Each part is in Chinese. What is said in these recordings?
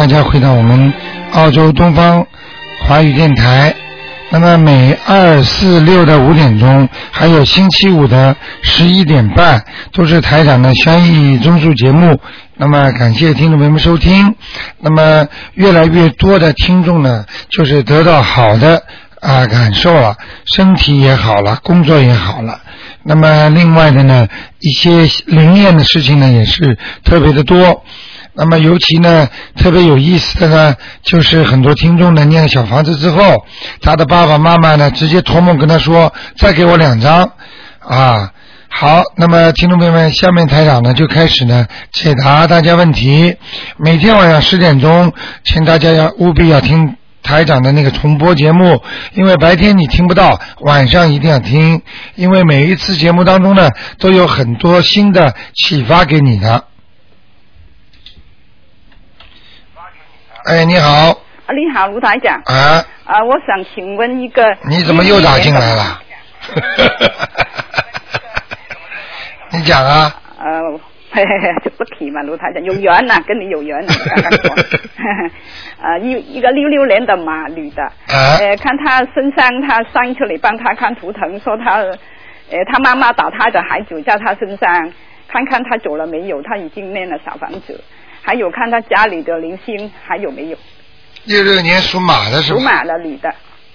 家回到我们澳洲东方华语电台。那么每2、4、6的5点钟，还有星期五的11点半，都是台长的悬疑综述节目。那么感谢听众朋友们收听。那么越来越多的听众呢，就是得到好的感受了，身体也好了，工作也好了。那么另外的呢，一些灵验的事情呢，也是特别的多。那么尤其呢特别有意思的呢，就是很多听众呢念了小房子之后，他的爸爸妈妈呢直接托梦跟他说再给我2张好，那么听众朋友们，下面台长呢就开始呢解答大家问题。每天晚上10点钟，请大家务必要听台长的那个重播节目，因为白天你听不到，晚上一定要听，因为每一次节目当中呢都有很多新的启发给你的。哎，你好。 你好，卢台长。我想请问一个。 你怎么又打进来了？你讲啊。 就不提嘛，卢台长有缘呐，跟你有缘呐，刚刚说。一个66年的马女的，看她身上，她上次你帮她看图腾，说她妈妈打她的孩子在她身上，看看她走了没有，她已经念了小房子。还有看他家里的灵性还有没有？66 年属马的是吧？ 属马的女的。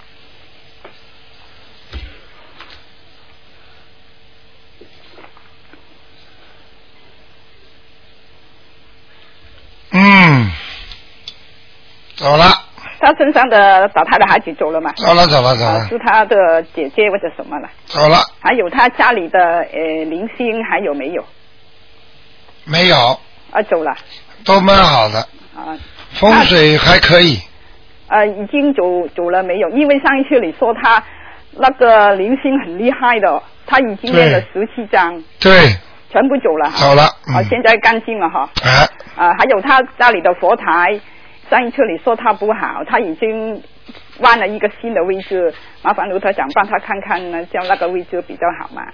走了。 他身上的打他的孩子走了吗？ 走了。 是他的姐姐或者什么了？ 走了。 还有他家里的灵性还有没有？ 没有。 走了。 都蛮好的。风水还可以。 已经走了没有？因为上一次你说他那个灵性很厉害的，他已经念了17章。 对。 全部走了。 走了。 现在干净了哈。还有他家里的佛台，上一次你说他不好，他已经换了一个新的位置，麻烦卢台长帮他看看呢，叫那个位置比较好嘛。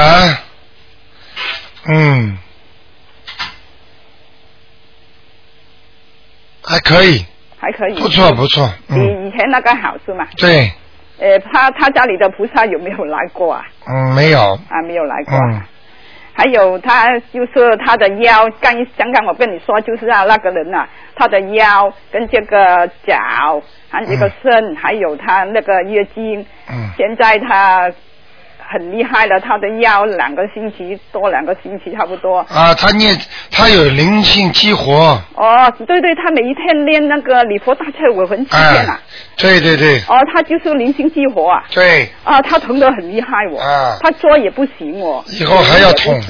还可以，不错， 比以前那个好是吗？ 对。 他家里的菩萨有没有来过啊？ 没有。 没有来过。还有他就是他的腰，刚刚我跟你说就是那个人啊，他的腰跟这个脚，还有这个肾，还有他那个月经，现在他很厉害了，他的腰2个星期差不多。 他有灵性激活。 对，他每一天练那个礼佛大忏悔文7天啊。对。他就是灵性激活啊。 对。 他疼得很厉害他坐也不行以后还要痛。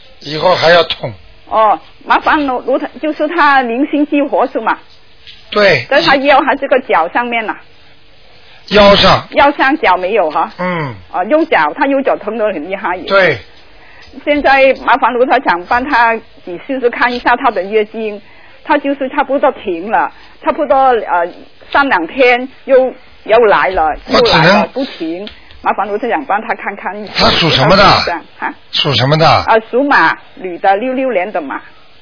麻烦卢台就是他灵性激活是吗？ 对。 在他腰还是个脚上面啊？ 腰上脚没有哈。右脚，他右脚疼得很厉害。 对。 现在麻烦卢台长帮他你试试看一下他的月经，他就是差不多停了，差不多3-2天又来了不停，麻烦卢台长帮他看看。 他属什么的？属什么的？ 属马，女的，66年的马。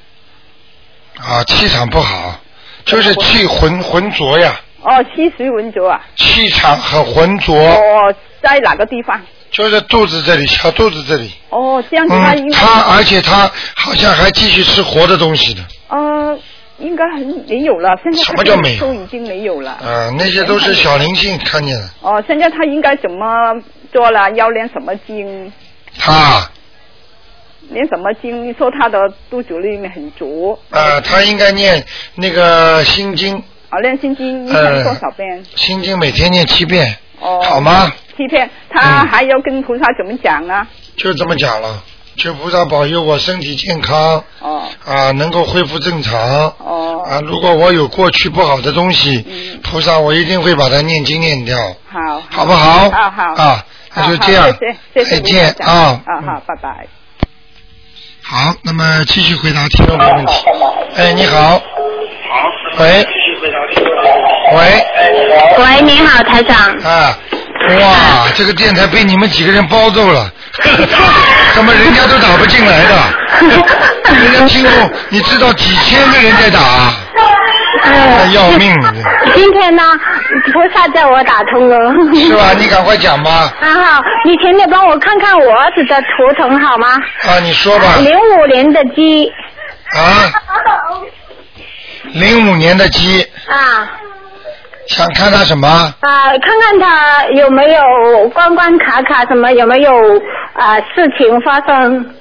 气场不好，就是气浑浊呀。 气水浑浊啊。 气场很浑浊。 在哪个地方？ 就是肚子这里，小肚子这里。 这样子而且他好像还继续吃活的东西的。 应该没有了，现在什么叫没有？ 都已经没有了。 那些都是小灵性看见的。 现在他应该怎么做了？要练什么经？念什么经？你说他的肚子里面很浊。 他应该念那个心经。 练心经一天多少遍？ 心经每天念7遍。好吗 ？7遍。他还要跟菩萨怎么讲呢？ 就这么讲了，求菩萨保佑我身体健康。能够恢复正常。如果我有过去不好的东西，菩萨我一定会把它念经念掉。好不好？ 好。 那就这样。 谢谢。 再见好，拜拜。 好，那么继续回答听众的问题。你好。喂。 喂，你好，台长。 哇，这个电台被你们几个人包走了，怎么人家都打不进来的？人家听众，你知道几千个人在打？ 要命！ 今天呢，菩萨叫我打通了。 是吧？你赶快讲吧。 好，你请你帮我看看我儿子的图腾好吗？ 你说吧。 05年的鸡。 05年的鸡。想看他什么？ 看看他有没有关卡什么，有没有事情发生。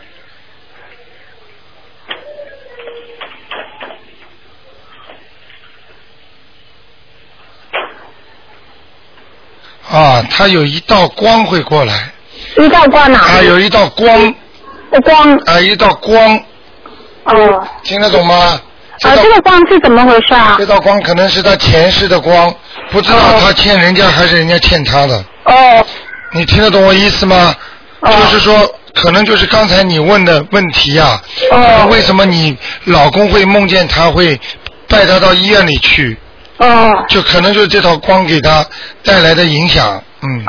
他有一道光会过来。 一道光有一道光。一道光。听得懂吗？ 这个光是怎么回事啊？ 这道光可能是他前世的光，不知道他欠人家还是人家欠他的。你听得懂我意思吗？就是说，可能就是刚才你问的问题啊。为什么你老公会梦见他会带他到医院里去？就可能就是这道光给他带来的影响。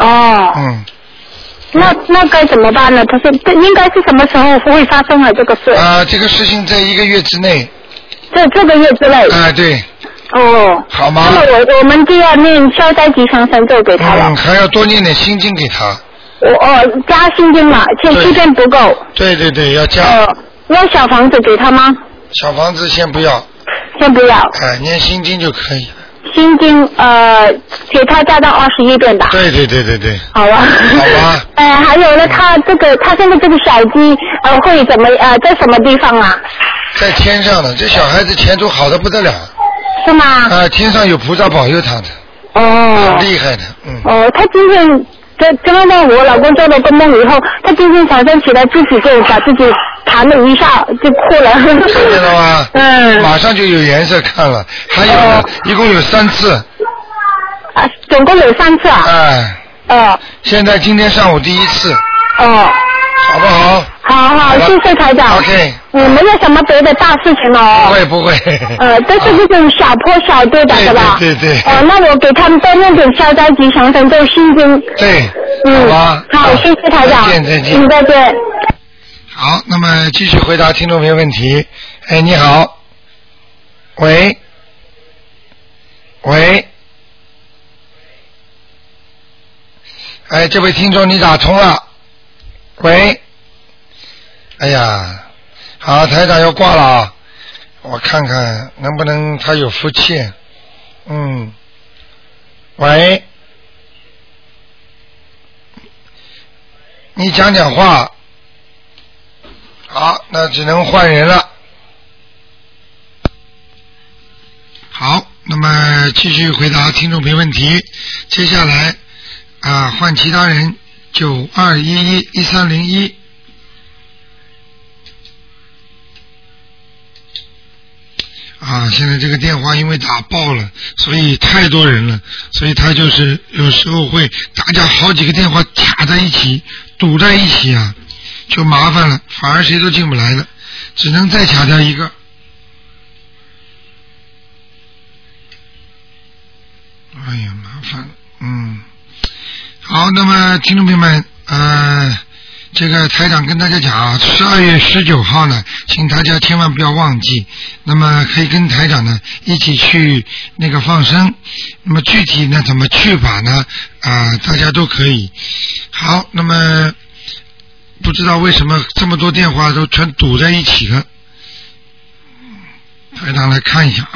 那该怎么办呢？他说应该是什么时候会发生这个事？ 这个事情在1个月之内。 这个月之内。 对。好吗？ 那么我们就要念消灾吉祥神咒给他了。 还要多念点心经给他。 加心经嘛，欠7遍不够。 对，要加。 要小房子给他吗？ 小房子先不要。念心经就可以了。 心经给他加到21遍吧。 对。 好吧。还有呢，他现在这个小鸡会怎么在什么地方啊？ 在天上的，这小孩子前途好的不得了。 是吗？ 天上有菩萨保佑他的。很厉害的。 他今天刚刚我老公做了个梦以后，他今天早上起来自己就把自己弹了一下就哭了。看见了吗？马上就有颜色看了。还有呢，一共有3次。 总共有3次啊？ 现在今天上午第1次。好不好？ 好，谢谢台长。 OK。 没有什么别的大事情了。 不会。 这是这种小坡小堆的，是吧？ 对。 那我给他们多念点消灾吉祥神咒心经。 对。好吧。 好，谢谢台长。 再见。 再见。 好，那么继续回答听众朋友问题。你好。喂。这位听众你打通了。喂。哎呀，好，台长要挂了啊！我看看能不能他有福气。喂，你讲话。好，那只能换人了。好，那么继续回答听众朋友问题。接下来换其他人，92111301。现在这个电话因为打爆了，所以太多人了，所以他就是有时候会大家好几个电话卡在一起，堵在一起就麻烦了，反而谁都进不来了，只能再卡掉一个。哎呀，麻烦了。好，那么听众朋友们，这个台长跟大家讲12月19号呢，请大家千万不要忘记，那么可以跟台长呢一起去那个放生，那么具体呢怎么去法呢大家都可以。好，那么不知道为什么这么多电话都全堵在一起了，台长来看一下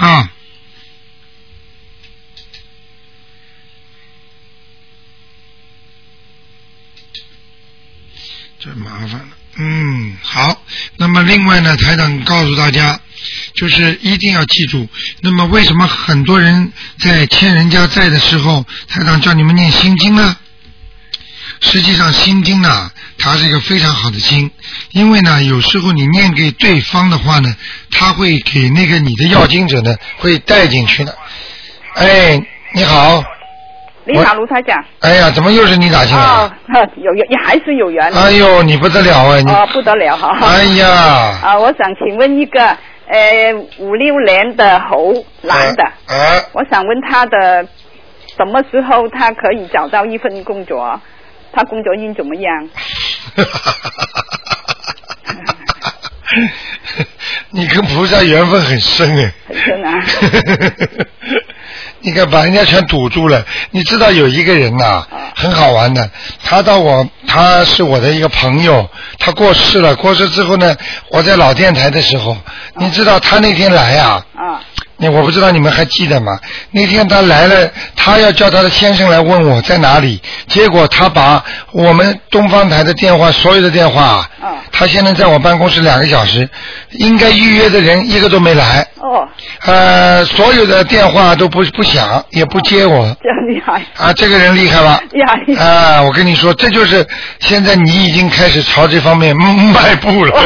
这麻烦了。好，那么另外呢，台长告诉大家，就是一定要记住，那么为什么很多人在欠人家债的时候，台长叫你们念心经呢？实际上心经呢，它是一个非常好的经，因为呢，有时候你念给对方的话呢，他会给那个你的要经者呢，会带进去的。你好。 你好，卢台长。 哎呀，怎么又是你打进来？ 还是有缘。 哎呦，你不得了你不得了哈。 哎呀。 我想请问一个56年的猴男的，我想问他的什么时候他可以找到一份工作？他工作运怎么样？ 你跟菩萨缘分很深哎。 很深啊。 你看把人家全堵住了。你知道有一个人呐，很好玩的，他是我的一个朋友，他过世了，过世之后呢，我在老电台的时候，你知道他那天来啊，我不知道你们还记得吗？那天他来了，他要叫他的先生来问我在哪里，结果他把我们东方台的电话，所有的电话，他现在在我办公室2个小时，应该预约的人一个都没来。所有的电话都不响，也不接我。 这样厉害啊！这个人厉害吧？ 厉害我跟你说，这就是现在你已经开始朝这方面迈步了。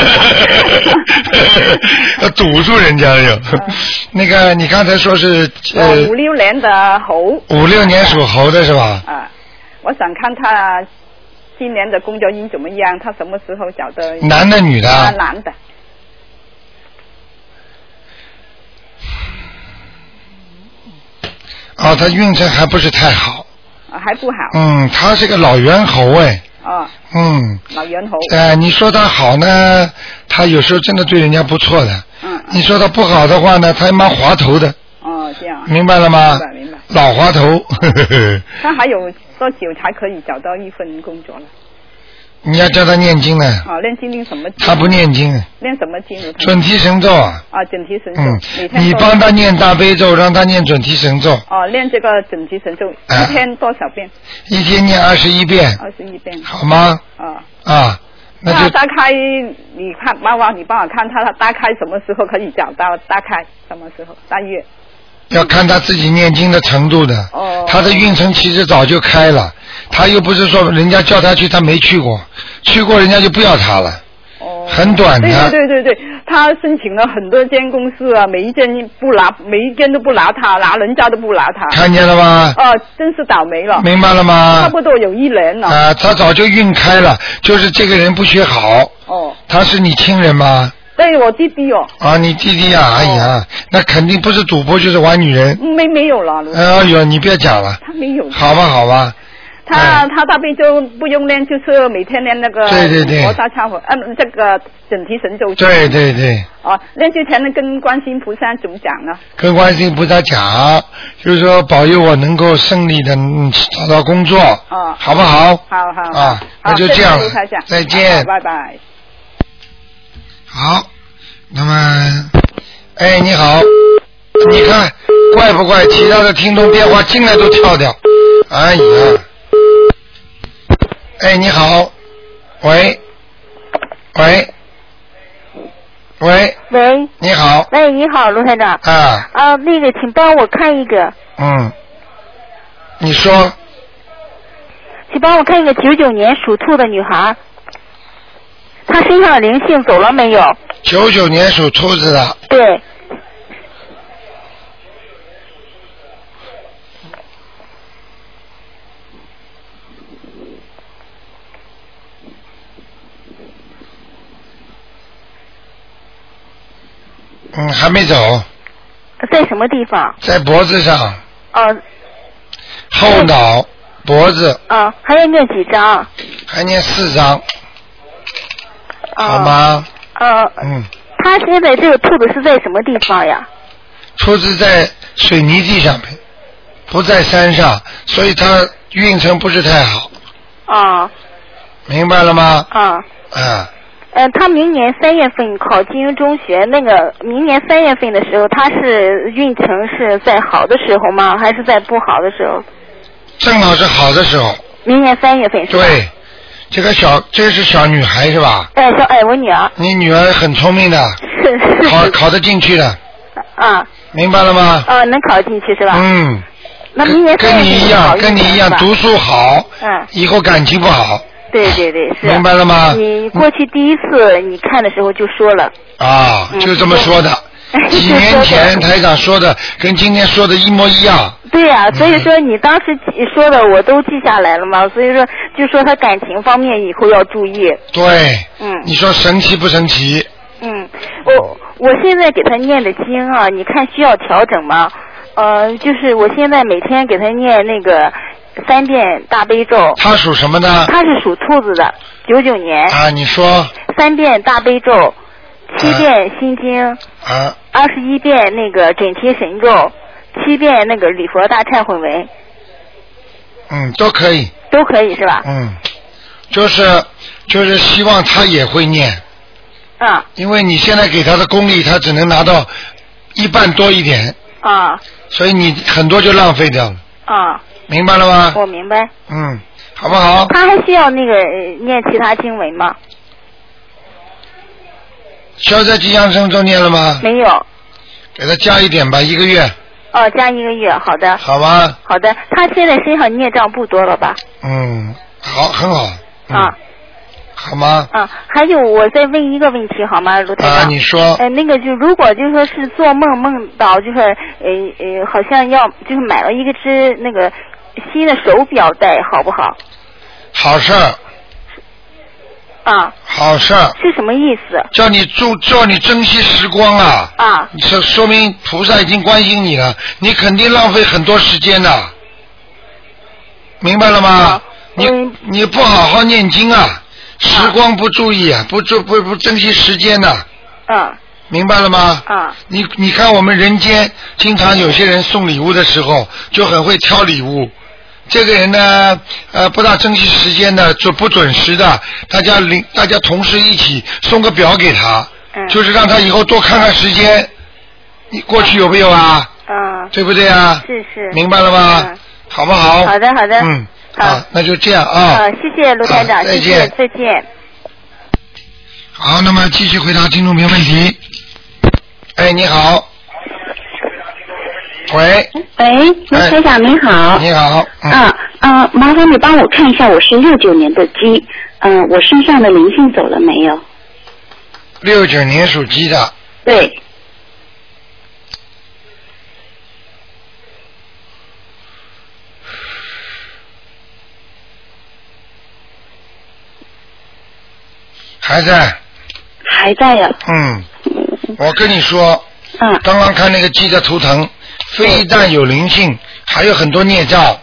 要堵住人家了。那个，你刚才说是 56年的猴。56 年属猴的是吧？ 我想看他今年的工作运怎么样，他什么时候找的？ 男的女的？ 男的。 他运程还不是太好。 还不好。 他是个老猿猴哎。 老猿猴。 你说他好呢，他有时候真的对人家不错的。你说他不好的话呢，他蛮滑头的。 这样。 明白了吗？ 明白。 老滑头。 他还有多久才可以找到一份工作了？ 你要叫他念经呢。 念经什么经？ 他不念经。 念什么经？ 准提神咒啊。 准提神咒。 你帮他念大悲咒，让他念准提神咒。 念这个准提神咒，一天多少遍？ 一天念21遍。 21遍。 好吗？那就大概你看，你帮我看他大概什么时候可以找到？大概什么时候？大约？ 要看他自己念经的程度的。他的运程其实早就开了，他又不是说人家叫他去，他没去过，去过人家就不要他了。很短的。 对，他申请了很多间公司啊，每一间都不拿他，拿人家都不拿他。 看见了吗？ 真是倒霉了。 明白了吗？ 差不多有1年了。 他早就运开了，就是这个人不学好。他是你亲人吗？ 对，我弟弟你弟弟啊，哎呀，那肯定不是赌博就是玩女人。 没有了。 你别讲了。 他没有。 好吧。 他大悲咒不用练，就是每天练那个佛大忏悔，这个准提神咒。 对。 练之前呢，跟观世音菩萨怎么讲呢？ 跟观世音菩萨讲，就是说保佑我能够顺利的找到工作。好不好？ 好。 那就这样，再见。 拜拜。 好，那么，你好，你看怪不怪？其他的听众电话进来都跳掉。哎呀。你好，喂，你好， 你好，卢台长。那个，请帮我看一个。 你说。 请帮我看一个99年属兔的女孩，她身上的灵性走了没有 ？99年属兔子的。 对。 还没走。 在什么地方？ 在脖子上。后脑脖子。 还要念几张？ 还念4张。好吗？ 他现在这个兔子是在什么地方呀？ 兔子在水泥地上面，不在山上，所以他运程不是太好。明白了吗？ 他明年3月份考精英中学，那个明年3月份的时候，他是运程是在好的时候吗？还是在不好的时候？ 正好是好的时候。 明年3月份是吧？ 对，这是小女孩是吧？ 我女儿。 你女儿很聪明的。是。考得进去的。明白了吗？ 能考进去是吧？那明年3月份跟你一样读书好。以后感情不好。 对，是。 明白了吗？ 你过去第一次你看的时候就说了。 就这么说的。几年前台长说的跟今天说的一模一样。 对呀，所以说你当时说的我都记下来了嘛，所以说就说他感情方面以后要注意。 对。你说神奇不神奇？ 我现在给他念的经啊，你看需要调整吗？就是我现在每天给他念那个3遍大悲咒。 他属什么呢？ 他是属兔子的，99年。 你说。 3遍大悲咒 7遍心经，21遍那个准提神咒，7遍那个礼佛大忏悔文。 都可以。 都可以是吧？ 就是希望他也会念。因为你现在给他的功力，他只能拿到1半多一点。所以你很多就浪费掉了。明白了吗？ 我明白。 好不好？ 他还需要那个念其他经文吗？ 消灾吉祥神咒念了吗？ 没有。 给他加一点吧，1个月。 加1个月，好的。 好吧。 好的，他现在身上孽障不多了吧？ 好，很好。好吗？ 还有我再问一个问题好吗，卢台长？ 你说。 那个就如果就说是做梦到就是好像要就是买了一只那个新的手表戴，好不好？ 好事儿。好事儿。 是什么意思？ 叫你珍惜时光啊！说明菩萨已经关心你了，你肯定浪费很多时间的，明白了吗？你不好好念经啊，时光不注意啊，不珍惜时间的。明白了吗？你看我们人间经常有些人送礼物的时候就很会挑礼物。这个人呢，不大珍惜时间的，不准时的，大家同事一起送个表给他，就是让他以后多看看时间。你过去有没有啊？对不对啊？ 是。 明白了吗？好不好？ 好的。 好，那就这样啊。 谢谢卢台长， 再见。 再见。 好，那么继续回答听众朋友问题。你好。喂， 卢台长您好。 你好。 麻烦你帮我看一下，我是69年的鸡，我身上的灵性走了没有 ？69年属鸡的。 对。 还在。 还在呀。 我跟你说。刚刚看那个鸡的图腾，非但有灵性，还有很多孽障。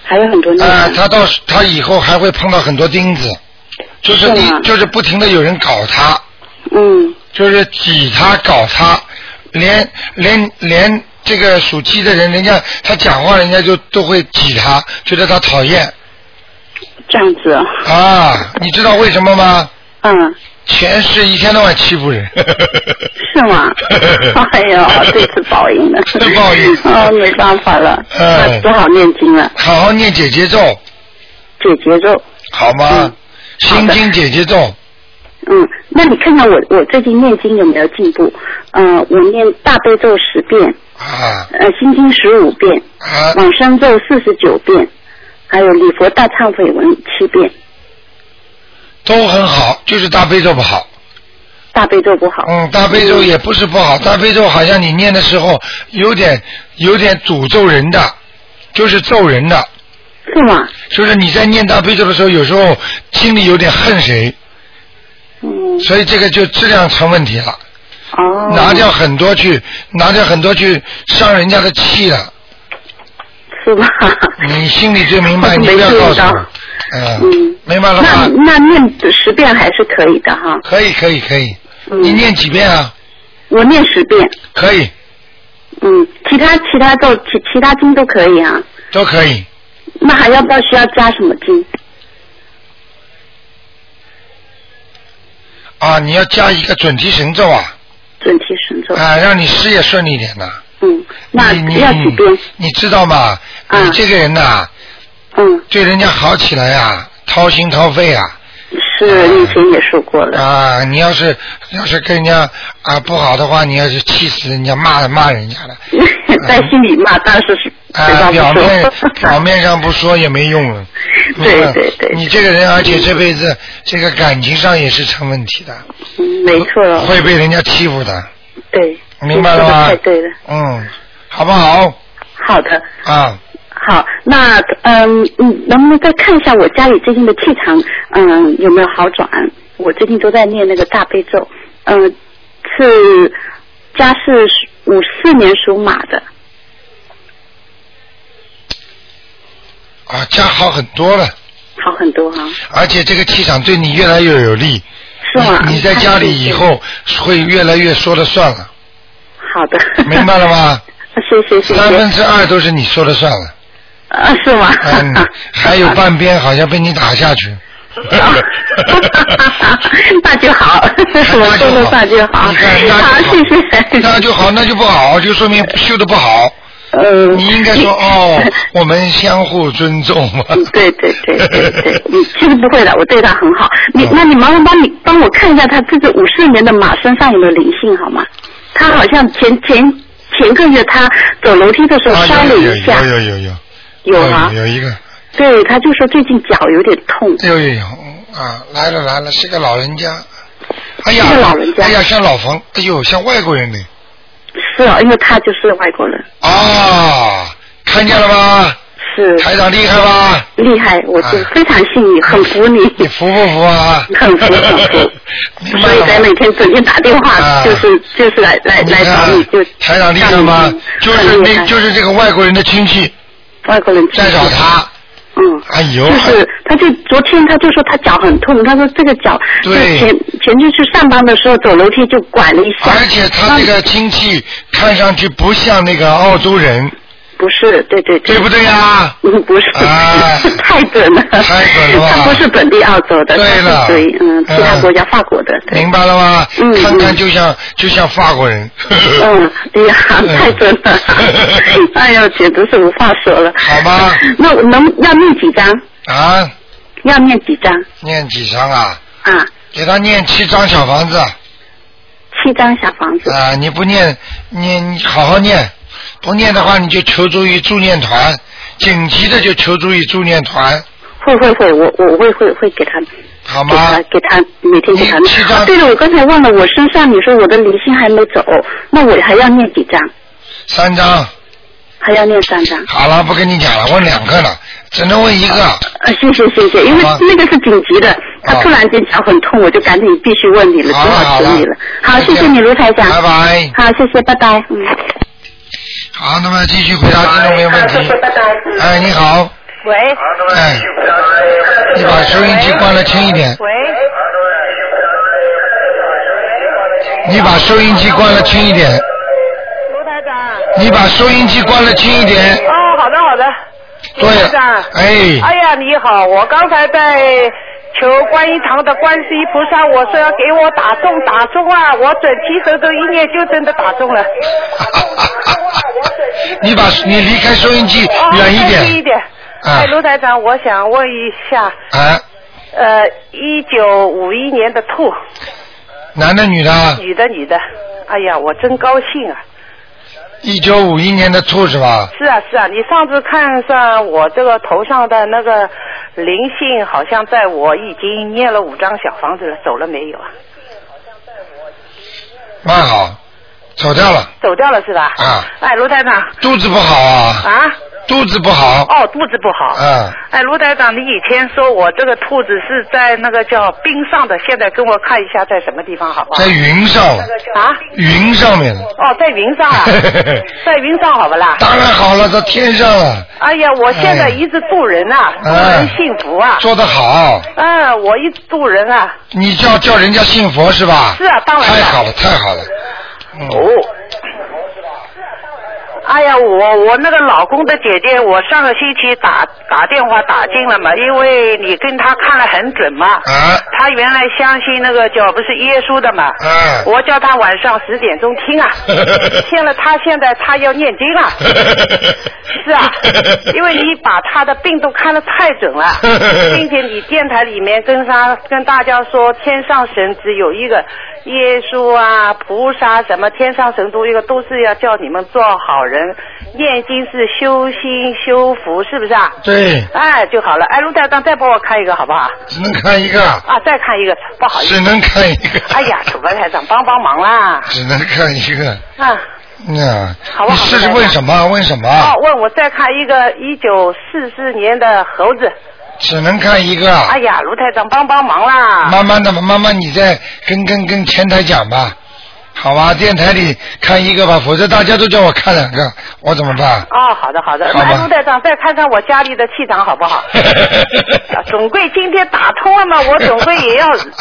他以后还会碰到很多钉子，就是不停的有人搞他。就是挤他搞他，连这个属鸡的人，人家他讲话，人家就都会挤他，觉得他讨厌。 这样子。 你知道为什么吗？前世一天到晚欺负人。 是吗？哎呦，这次报应了。 是报应。 没办法了。那多好念经了。 好好念解结咒。 解结咒。 好吗？心经解结咒。 那你看看我最近念经有没有进步？我念大悲咒10遍。心经15遍。往生咒49遍。还有礼佛大忏悔文7遍。 都很好，就是大悲咒不好。 大悲咒不好。 大悲咒也不是不好，大悲咒好像你念的时候有点诅咒人的，就是咒人的。 是吗？ 就是你在念大悲咒的时候，有时候心里有点恨谁。所以这个就质量成问题了。拿掉很多去伤人家的气了。 是吧？ 你心里最明白，你不要告诉我。明白了吗？ 那念10遍还是可以的哈。 可以。你念几遍啊？ 我念10遍。 可以。 其他咒其他经都可以啊。 都可以。 那还要不要需要加什么经？ 你要加一个准提神咒啊。 准提神咒。 让你事业顺利一点的。 那要几遍？ 你知道吗？你这个人呐。对人家好起来呀，掏心掏肺啊。 是，以前也说过了。 你要是跟人家不好的话，你要是气死人家，骂人家的。 在心里骂，但是表面上不说也没用了。 对。 你这个人，而且这辈子这个感情上也是成问题的。 没错。 会被人家欺负的。 对。 明白了吗？ 太对了。 好不好？ 好的。好，那能不能再看一下我家里最近的气场，有没有好转？我最近都在念那个大悲咒，家是54年属马的。 家好很多了。 好很多哈。 而且这个气场对你越来越有利。 是吗？ 你在家里以后会越来越说了算了。 好的。 明白了吗？ 谢谢。 2/3都是你说了算了。 是吗？ 还有半边好像被你打下去。 那就好，我说了算就好。好，谢谢。 那就好，那就不好，就说明修的不好。你应该说我们相互尊重嘛。 对，其实不会的，我对他很好。那你麻烦帮我看一下他这个54年的马身上有没有灵性好吗？他好像前个月他走楼梯的时候摔了一下。有啊， 有一个。 对，他就说最近脚有点痛。 有来了，是个老人家。哎呀， 是老人家。 哎呀，像老冯，哎呦，像外国人呢。 是啊，因为他就是外国人。 看见了吗？ 是。 台长厉害吧？ 厉害，我就非常信你，很服你。 你服不服啊？ 很服。所以在每天整天打电话，就是来找你，就。 台长厉害吗？就是这个外国人的亲戚。 外国人在找他。哎呦！ 他就昨天他就说他脚很痛，他说这个脚前天去上班的时候走楼梯就拐了一下。 而且他这个亲戚看上去不像那个澳洲人。 不是，对。 对不对呀？ 不是，太准了。 太准了吧？ 他不是本地澳洲的， 对了， 属于其他国家法国的。 明白了吗？看看就像法国人。 哎呀，太准了！哎呀，简直是无话说了。 好吗？ 那要念几张？要念几张？ 念几张啊？给他念7张小房子。 7张小房子。 你不念，你好好念。不念的话，你就求助于助念团，紧急的就求助于助念团。 会，我会给他。 好吗？ 给他每天给他。对了，我刚才忘了，我身上你说我的灵性还没走，那我还要念几张 ？3张。 还要念3张。 好了，不跟你讲了，问2个了，只能问1个。 谢谢，因为那个是紧急的，他突然间脚很痛，我就赶紧必须问你了，只好求你了。好，谢谢你卢台长。 拜拜。 好，谢谢，拜拜。 好，那么继续回答听众没有问题。哎，你好。 喂。 哎，你把收音机关了轻一点。 喂。 你把收音机关了轻一点。 卢台长。 你把收音机关了轻一点。 好的。 对。 卢台长。哎呀，你好，我刚才在求观音堂的观世音菩萨，我说要给我打中啊！我准提神咒一念就真的打中了。 你离开收音机远一点。 远一点。卢台长，我想问一下。1951年的兔。 男的女的？ 女的。哎呀，我真高兴啊 ！1951年的兔是吧？ 是啊，你上次看上我这个头上的那个灵性，好像在我已经念了5张小房子了，走了没有啊？ 蛮好，走掉了。 走掉了是吧？卢台长。 肚子不好啊？肚子不好。 肚子不好。卢台长，你以前说我这个兔子是在那个叫冰上的，现在跟我看一下在什么地方好不好？ 在云上了。云上面。 在云上啊。在云上好不啦？ 当然好了，在天上了。 哎呀，我现在一直渡人啊，渡人幸福啊。 做得好。 我一直渡人啊。 你叫人家信佛是吧？ 是啊，当然了。 太好了。 哎呀，我那个老公的姐姐，我上个星期打电话打进了嘛，因为你跟他看了很准嘛。他原来相信那个叫不是耶稣的嘛。我叫他晚上10点钟听啊。现在他要念经啊。是啊，因为你把他的病都看得太准了，并且你电台里面跟大家说天上神只有一个，耶稣啊菩萨什么天上神都一个，都是要叫你们做好人，念经是修心修福，是不是啊？ 对。 就好了。卢台长再帮我看一个好不好？ 只能看一个。 再看一个，不好意思。 只能看一个。 哎呀，楚白台长帮忙啦。 只能看一个。 好不好？ 你是问什么？ 问我再看一个1944年的猴子。 只能看一个。 哎呀，卢台长帮忙啦。 慢慢你再跟前台讲吧。好吧，电台里看一个吧，否则大家都叫我看2个，我怎么办？ 好的。那卢台长再看看我家里的气场好不好？总归今天打通了嘛，我总归也要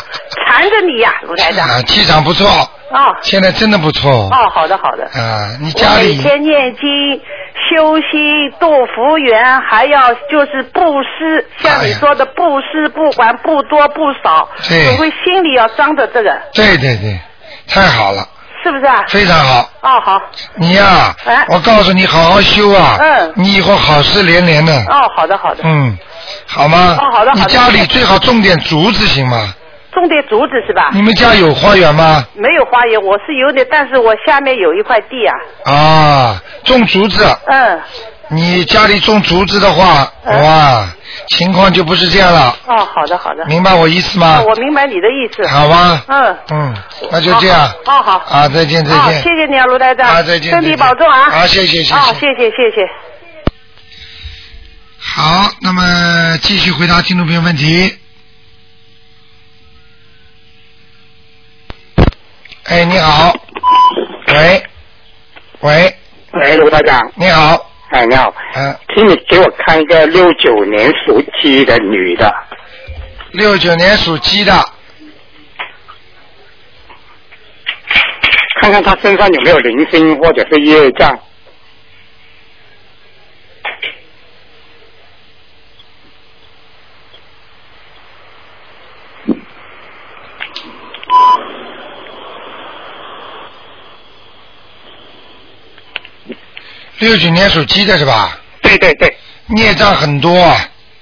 缠着你呀，卢台长。 气场不错。现在真的不错。 好的。 你家里。 我每天念经、修心、度福缘，还要就是布施，像你说的布施，不管不多不少，总会心里要装着这个。 对，太好了。 是不是啊？ 非常好。 好。 你呀，我告诉你，好好修啊。你以后好事连连的。 好的。 好吗？ 好的。 你家里最好种点竹子，行吗？ 种点竹子是吧？ 你们家有花园吗？ 没有花园，我是有点，但是我下面有一块地啊。 种竹子。你家里种竹子的话，哇，情况就不是这样了。 好的。 明白我意思吗？ 我明白你的意思。 好吧。那就这样。 好。 再见。 谢谢你啊，卢台长。 再见。 身体保重啊。 谢谢。 谢谢。 好，那么继续回答听众朋友问题。哎，你好。喂， 卢台长。 你好。 你好。请你给我看一个69年属鸡的女的。 69年属鸡的。 看看她身上有没有灵性或者是业障。 69年属鸡的是吧？ 对。 孽障很多啊。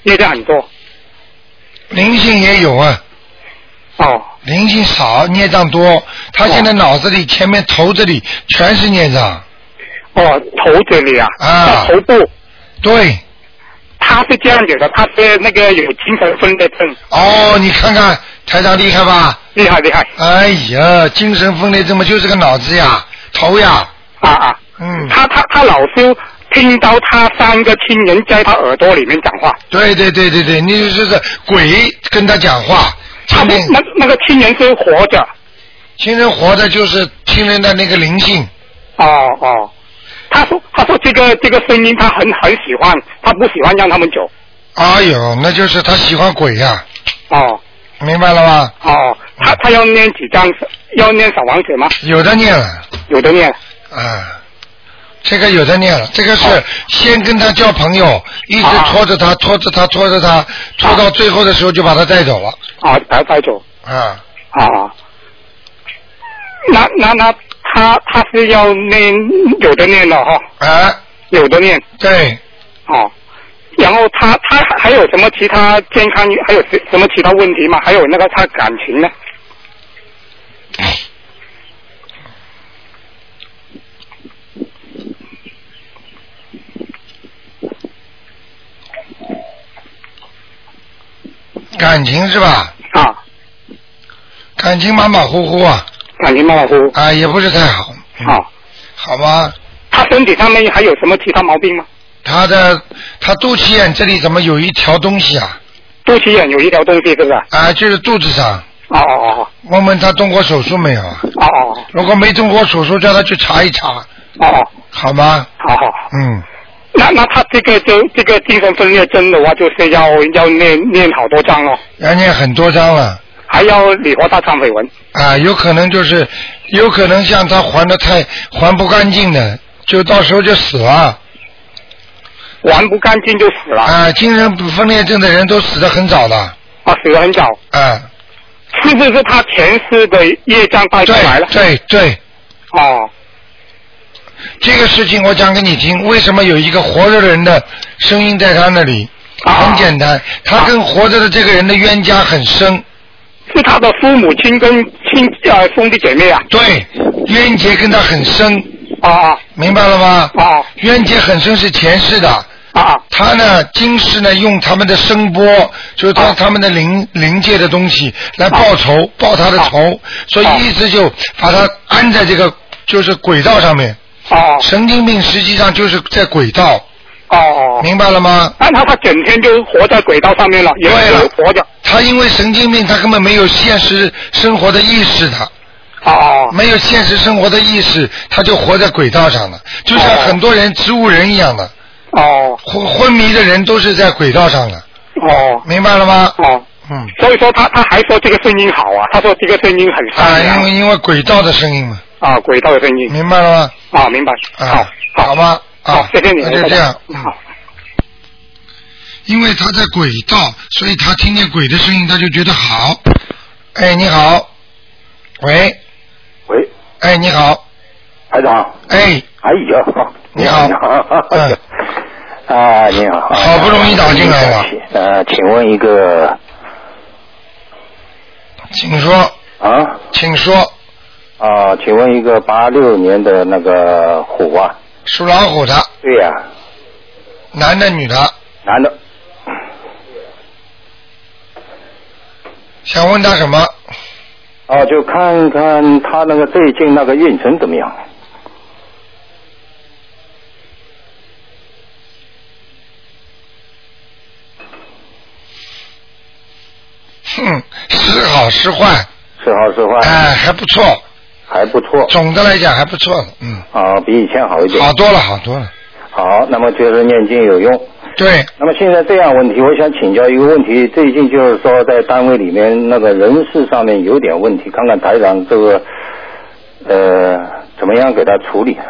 灵性也有啊。灵性少，孽障多。他现在脑子里、前面头这里全是孽障。 头这里啊。头部。 对。 他是这样子的，他是那个有精神分裂症。 你看看台长厉害吧？ 厉害。 哎呀，精神分裂症嘛，就是个脑子呀，头呀。他老是听到他3个亲人在他耳朵里面讲话。对，你就是鬼跟他讲话。 那个亲人是活着。 亲人活着就是亲人的那个灵性。 他说这个声音他很喜欢，他不喜欢让他们走。 那就是他喜欢鬼呀。明白了吗？ 他要念几张？要念小王子吗？ 有的念了。这个有的念了，这个是先跟他交朋友，一直拖着他，拖到最后的时候就把他带走了。 把他带走。那他是要念，有的念了哈。有的念。 对。 然后他还有什么其他健康，还有什么其他问题吗？还有那个他感情呢？ 感情是吧？感情马马虎虎啊。也不是太好。好吧。 他身体上面还有什么其他毛病吗？ 他肚脐眼这里怎么有一条东西啊？ 肚脐眼有一条东西是不是？ 就是肚子上。问问他动过手术没有啊？如果没动过手术，叫他去查一查。好吗？ 好。那他这个精神分裂症的话，就是要念好多章哦。 要念很多章了。 还要礼佛大忏悔文。 有可能像他还不干净的，就到时候就死了。 还不干净就死了。 精神分裂症的人都死得很早的。 死得很早。是不是他前世的业障带出来了？ 对。这个事情我讲给你听，为什么有一个活着的人的声音在他那里？很简单，他跟活着的这个人的冤家很深。 是他的父母亲跟兄弟姐妹啊？ 对，冤结跟他很深。明白了吗？冤结很深是前世的。他呢，今世呢，用他们的声波，就是他们的灵界的东西来报仇，报他的仇，所以一直就把他安在这个就是轨道上面。神经病实际上就是在轨道。明白了吗？ 他整天就活在轨道上面了，也是活着。 他因为神经病，他根本没有现实生活的意识的。没有现实生活的意识，他就活在轨道上了，就像很多人植物人一样的。昏迷的人都是在轨道上的。明白了吗？ 所以说他还说这个声音好啊，他说这个声音很善良。 因为轨道的声音嘛。 轨道的声音。 明白了吗？明白。 好吧。 好，谢谢你。 那就这样。好。因为他在轨道，所以他听见鬼的声音，他就觉得好。哎，你好。喂。哎，你好。 台长。 哎呀， 你好。 你好。 好不容易打进来了。 请问一个。 请说。请说。 请问一个86年的那个虎啊。 属老虎的。 对呀。 男的女的？ 男的。 想问他什么？ 就看看他那个最近那个运程怎么样。 时好时坏。 时好时坏。 还不错。 还不错。 总的来讲还不错。 比以前好一点。 好多了。 好，那么就是念经有用。 对。 那么现在这样问题，我想请教一个问题。最近就是说在单位里面那个人事上面有点问题，看看台长这个怎么样给他处理？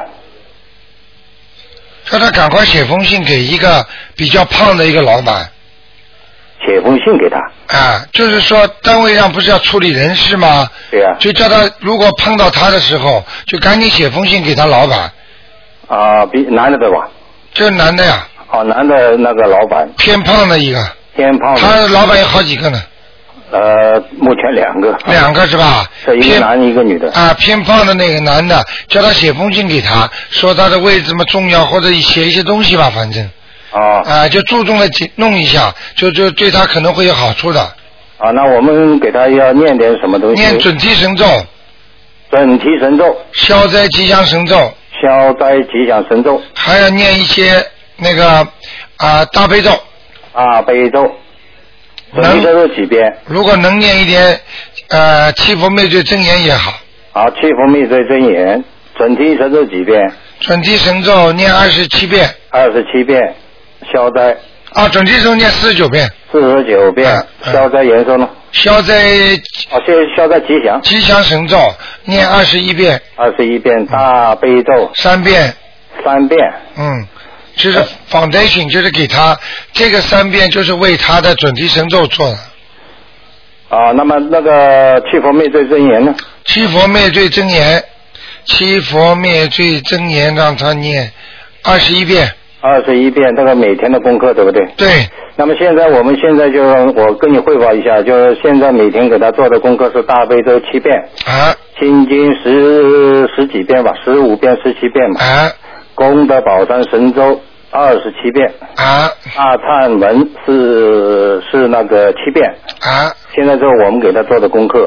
叫他赶快写封信给一个比较胖的一个老板。 写封信给他。 就是说单位上不是要处理人事吗？ 对呀。 就叫他如果碰到他的时候，就赶紧写封信给他老板。 比男的对吧？ 这男的呀。 男的那个老板。 偏胖的一个。 偏胖的。 他老板有好几个呢。 目前2个。 2个是吧？ 一个男的一个女的。 偏胖的那个男的，叫他写封信给他，说他的位置么重要，或者写一些东西吧，反正。就注重的弄一下，就对他可能会有好处的。 那我们给他要念点什么东西？ 念准提神咒。 准提神咒。 消灾吉祥神咒。 消灾吉祥神咒。 还要念一些那个大悲咒。 悲咒。准提神咒几遍？ 如果能念一点七佛灭罪真言也好。 七佛灭罪真言。准提神咒几遍？ 准提神咒念27遍。 27遍。消灾。 准提神咒念49遍。 49遍。消灾延寿呢？ 消灾。 消灾吉祥。 吉祥神咒念21遍。 21遍。大悲咒。 3遍。 3遍。 就是 foundation， 就是给他这个3遍，就是为他的准提神咒做的。 那么那个七佛灭罪真言呢？ 七佛灭罪真言，七佛灭罪真言让他念21遍。 21遍，这个每天的功课对不对？ 对。 那么我们现在就我跟你汇报一下，就是现在每天给他做的功课是大悲咒7遍。心经十几遍吧，15遍17遍嘛。功德宝山神咒27遍。大忏文是那个7遍。现在我们给他做的功课。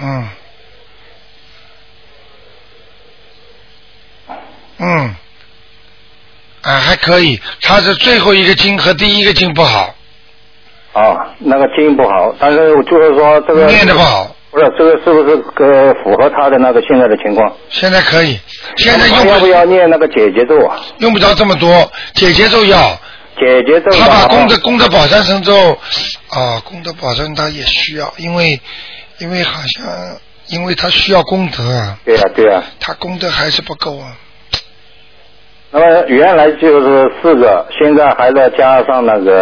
还可以，他是最后一个经和第一个经不好。 那个经不好，但是就是说这个念得不好。 不是，这个是不是符合他的那个现在的情况？ 现在可以，现在要不要念那个解结咒用不着这么多，解结咒要。 解结咒。 他把功德宝山神咒功德宝山他也需要，因为好像因为他需要功德啊。 对啊。 他功德还是不够啊。 那么原来就是4个，现在还在加上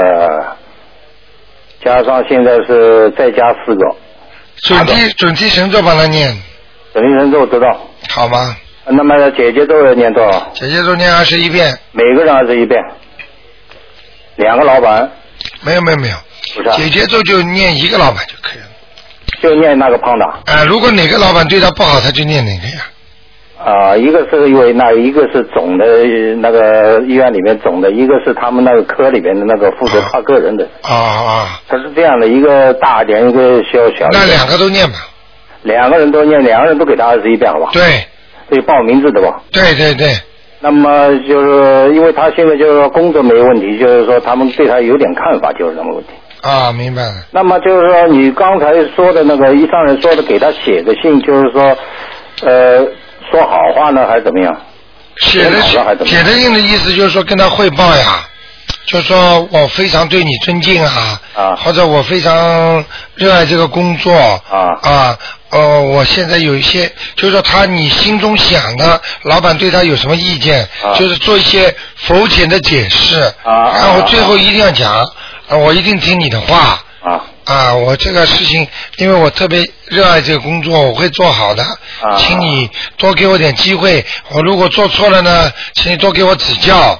现在是再加4个。 准提神咒帮他念。 准提神咒知道。 好吗？ 那么解结咒要念多少？ 解结咒念21遍。 每个人21遍。2个老板。 没有。不是。解结咒就念1个老板就可以了。 就念那个胖的。 如果哪个老板对他不好，他就念哪个呀。 一个是因为一个是总的那个医院里面总的，一个是他们那个科里面的那个负责他个人的。他是这样的，一个大一点，一个小。 那2个都念吧。 2个人都念，2个人都给他21遍，好吧？ 对。 对，报名字的吧？ 对。 那么就是因为他现在就是说工作没问题，就是说他们对他有点看法，就是这么问题。 明白了。 那么就是说你刚才说的那个一上人说的，给他写个信，就是说说好话呢，还是怎么样？ 写的信的意思就是说跟他汇报呀， 就说我非常对你尊敬啊，或者我非常热爱这个工作我现在有一些，就是说你心中想的，老板对他有什么意见，就是做一些否浅的解释，然后最后一定要讲，我一定听你的话。我这个事情，因为我特别热爱这个工作，我会做好的。请你多给我点机会，我如果做错了呢，请你多给我指教。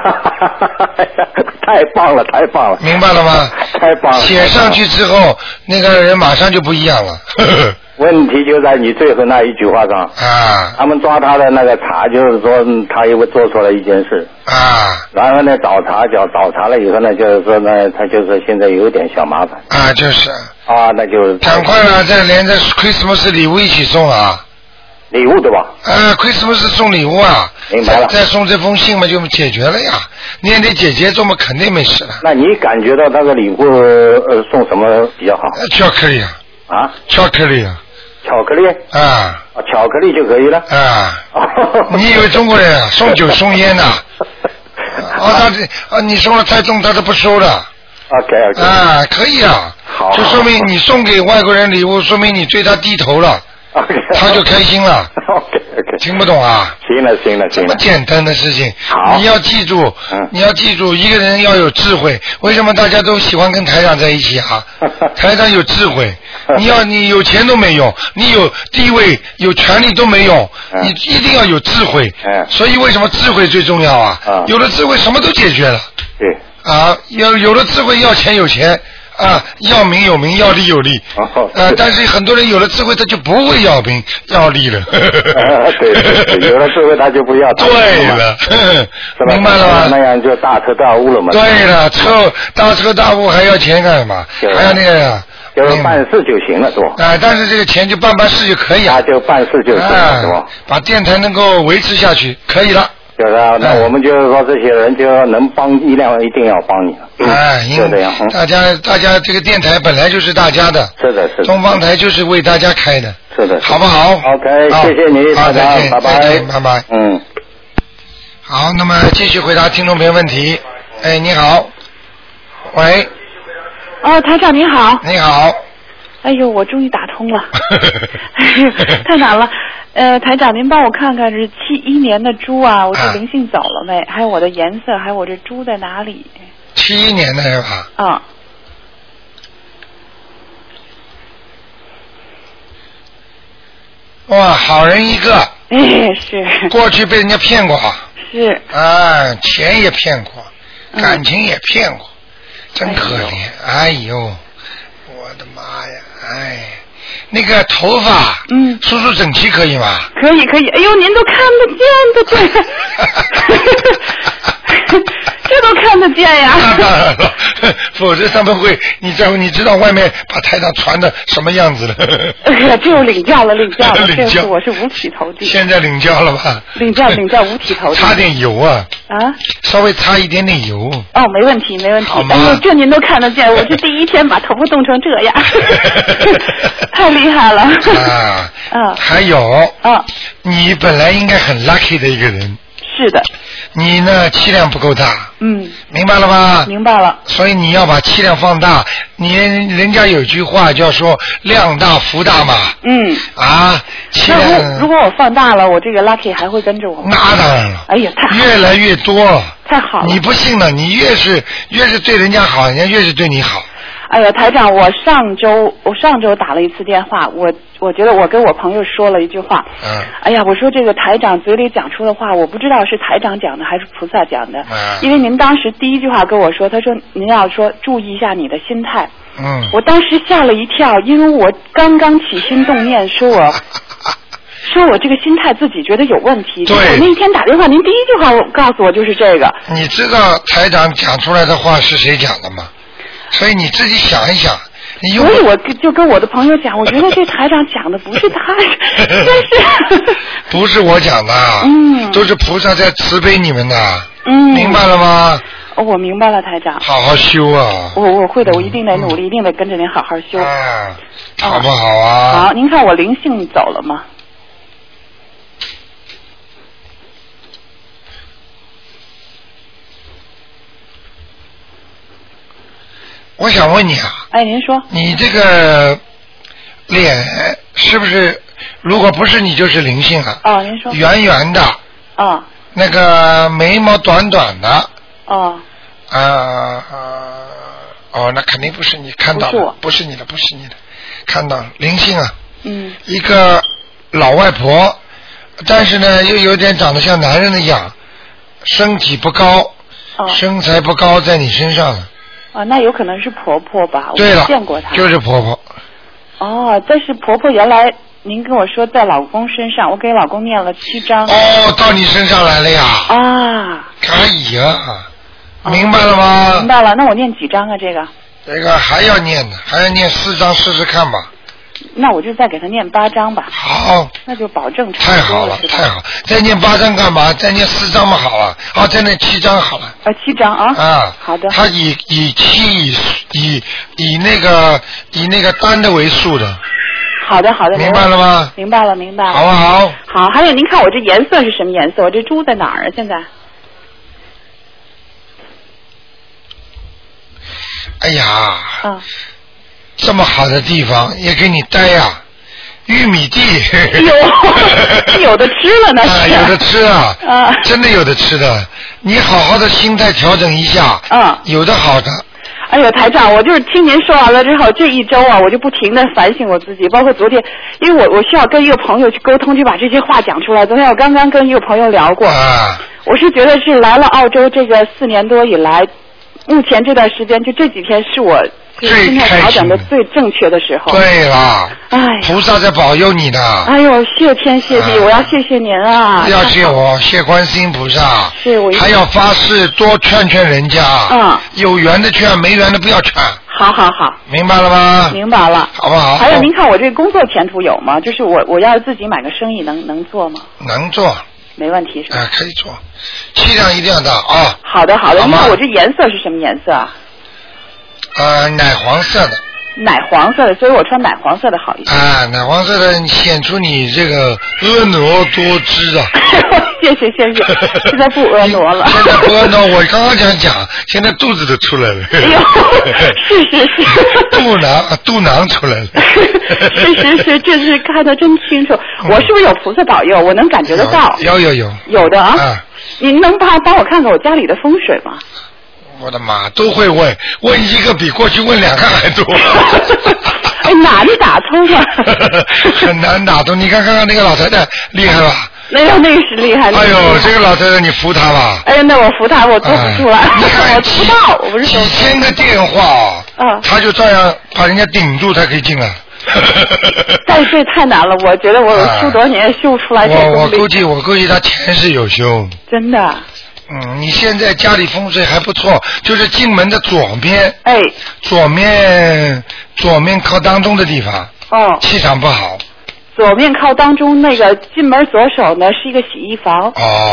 太棒了，太棒了！ 明白了吗？ 太棒了！ 写上去之后，那个人马上就不一样了。 问题就在你最后那一句话上他们抓他的那个茬，就是说他因为做错了一件事然后呢找茬了以后呢，就是说呢，他就是现在有点小麻烦就是那就赶快了，再连着 Christmas 礼物一起送礼物对吧 ？Christmas 送礼物明白了。 再送这封信嘛，就解决了呀。念给姐姐做嘛，肯定没事了。 那你感觉到那个礼物送什么比较好？ 巧克力巧克力巧克力巧克力就可以了你以为中国人送酒送烟你送了太重他都不收的。 OK 可以好，就说明你送给外国人礼物，说明你对他低头了。他就开心了。听不懂行了这么简单的事情，你要记住，一个人要有智慧。为什么大家都喜欢跟台长在一起台长有智慧，你有钱都没用，你有地位有权利都没用，你一定要有智慧。所以为什么智慧最重要有了智慧什么都解决了。对有了智慧，要钱有钱要名有名，要利有利但是很多人有了智慧他就不会要名要利了对，有了智慧他就不要对了明白了吗？ 那样就大彻大悟了嘛。 对了，大彻大悟还要钱干什么？还要那个就是办事就行了是吧？ 但是这个钱就办事就可以就办事就行了是吧？ 把电台能够维持下去可以了。 就是那我们就是说这些人就能帮一定要帮你就这样大家这个电台本来就是大家的， 是的东方台就是为大家开的， 是的好不好？ OK 谢谢你再见拜拜好，那么继续回答听众朋友问题。你好，喂台长你好。 你好。 哎呦，我终于打通了太难了。台长您帮我看看是71年的猪我这灵性走了没？还有我的颜色，还有我这猪在哪里 ？71年的是吧？哇，好人一个。 是。 过去被人家骗过。 是。 钱也骗过，感情也骗过，真可怜。哎呦，我的妈呀！那个头发，梳整齐可以吗？ 可以。哎呦，您都看得见的这都看得见呀。 那当然了，否则他们会，你知道外面把台长传的什么样子了？ 这又领教了。这次我是五体投地。 现在领教了吧？ 领教五体投地。 擦点油稍微擦一点点油。 没问题。哎呦，这您都看得见，我是第一天把头发冻成这样，太厉害了。 还有你本来应该很 lucky 的一个人。 是的。 你呢气量不够大。明白了吗？ 明白了。 所以你要把气量放大。人家有句话叫说量大福大嘛。气量。 如果我放大了，我这个 lucky 还会跟着我吗？ 那当然了。 哎呀，太好了。 越来越多。 太好了。 你不信了，你越是对人家好，人家越是对你好。 哎呀，台长，我上周打了一次电话，我觉得我跟我朋友说了一句话。哎呀，我说这个台长嘴里讲出的话，我不知道是台长讲的还是菩萨讲的。因为您当时第一句话跟我说，他说您要说注意一下你的心态。我当时吓了一跳，因为我刚刚起心动念，说我这个心态自己觉得有问题。 对。 我那一天打电话，您第一句话告诉我就是这个。 你知道台长讲出来的话是谁讲的吗？所以你自己想一想， 所以我就跟我的朋友讲，我觉得这台长讲的不是他，真是不是我讲的，都是菩萨在慈悲你们的，明白了吗？ 我明白了，台长。 好好修啊！ 我会的，我一定得努力，一定得跟着您好好修。 好不好啊？ 好，您看我灵性走了吗？ 我想问你啊。 哎，您说。 你这个脸是不是？如果不是你，就是灵性啊。 哦，您说。 圆圆的。 哦。 那个眉毛短短的。 哦。 那肯定不是你看到的，不是你的，看到灵性啊。 嗯。 一个老外婆，但是呢又有点长得像男人的样，身体不高，身材不高，在你身上。 那有可能是婆婆吧？ 对了， 我见过她。 就是婆婆。 但是婆婆原来您跟我说在老公身上，我给老公念了7章。 到你身上来了呀？可以呀。明白了吗？ 明白了，那我念几章啊？这个还要念呢，还要念4章试试看吧。 那我就再给他念8章吧。 好。 那就保证太好了，太好！再念8章干嘛？再念4章嘛好了。再念7章好了。 7章啊。好的。 他以那个单的为数的。 好的。 明白了吗？ 明白了。 好不好？ 好，还有您看我这颜色是什么颜色？我这猪在哪儿啊？现在？ 哎呀，这么好的地方也给你待呀，玉米地。 有的吃了呢。 有的吃啊。真的有的吃的。你好好的心态调整一下。有的好的。 哎呦，台长，我就是听您说完了之后，这一周啊，我就不停的反省我自己，包括昨天，因为我需要跟一个朋友去沟通，就把这些话讲出来。昨天我刚刚跟一个朋友聊过。我是觉得是来了澳洲这个4年多以来，目前这段时间就这几天是我心态调整的最正确的时候。 对了。菩萨在保佑你的。 哎呦，谢天谢地，我要谢谢您啊！ 不要谢我，谢观世音菩萨。 是我还要发誓多劝人家。有缘的劝，没缘的不要劝。 好。 明白了吗？ 明白了。 好不好？ 还有您看我这工作前途有吗？就是我要是自己买个生意能做吗？ 能做。 没问题是吧？ 可以做，气量一定要大啊。 好的。您看我这颜色是什么颜色啊？ 奶黄色的。 奶黄色的，所以我穿奶黄色的好一点。 奶黄色的显出你这个婀娜多姿啊。 谢谢，现在不婀娜了。 现在不婀娜，我刚刚讲，现在肚子都出来了。 哎呦，是。 肚囊出来了。 是，这是看得真清楚。我是不是有菩萨保佑？我能感觉得到。有的啊。您能帮我看看我家里的风水吗？ 我的妈，都会问一个比过去问2个还多。 哪里打通啊？ 很难打通。你看看那个老太太厉害吧？ 那个是厉害。 哎呦，这个老太太你服她吧？ 那我服她，我做不出来。我不知道，我不是几千个电话她就照样把人家顶住才可以进来。 但是这太难了，我觉得我修多少年修出来这个。 我估计她前世有修。 真的。 你现在家里风水还不错，就是进门的左边。左面靠当中的地方。气场不好。 左面靠当中那个进门左手呢是一个洗衣房。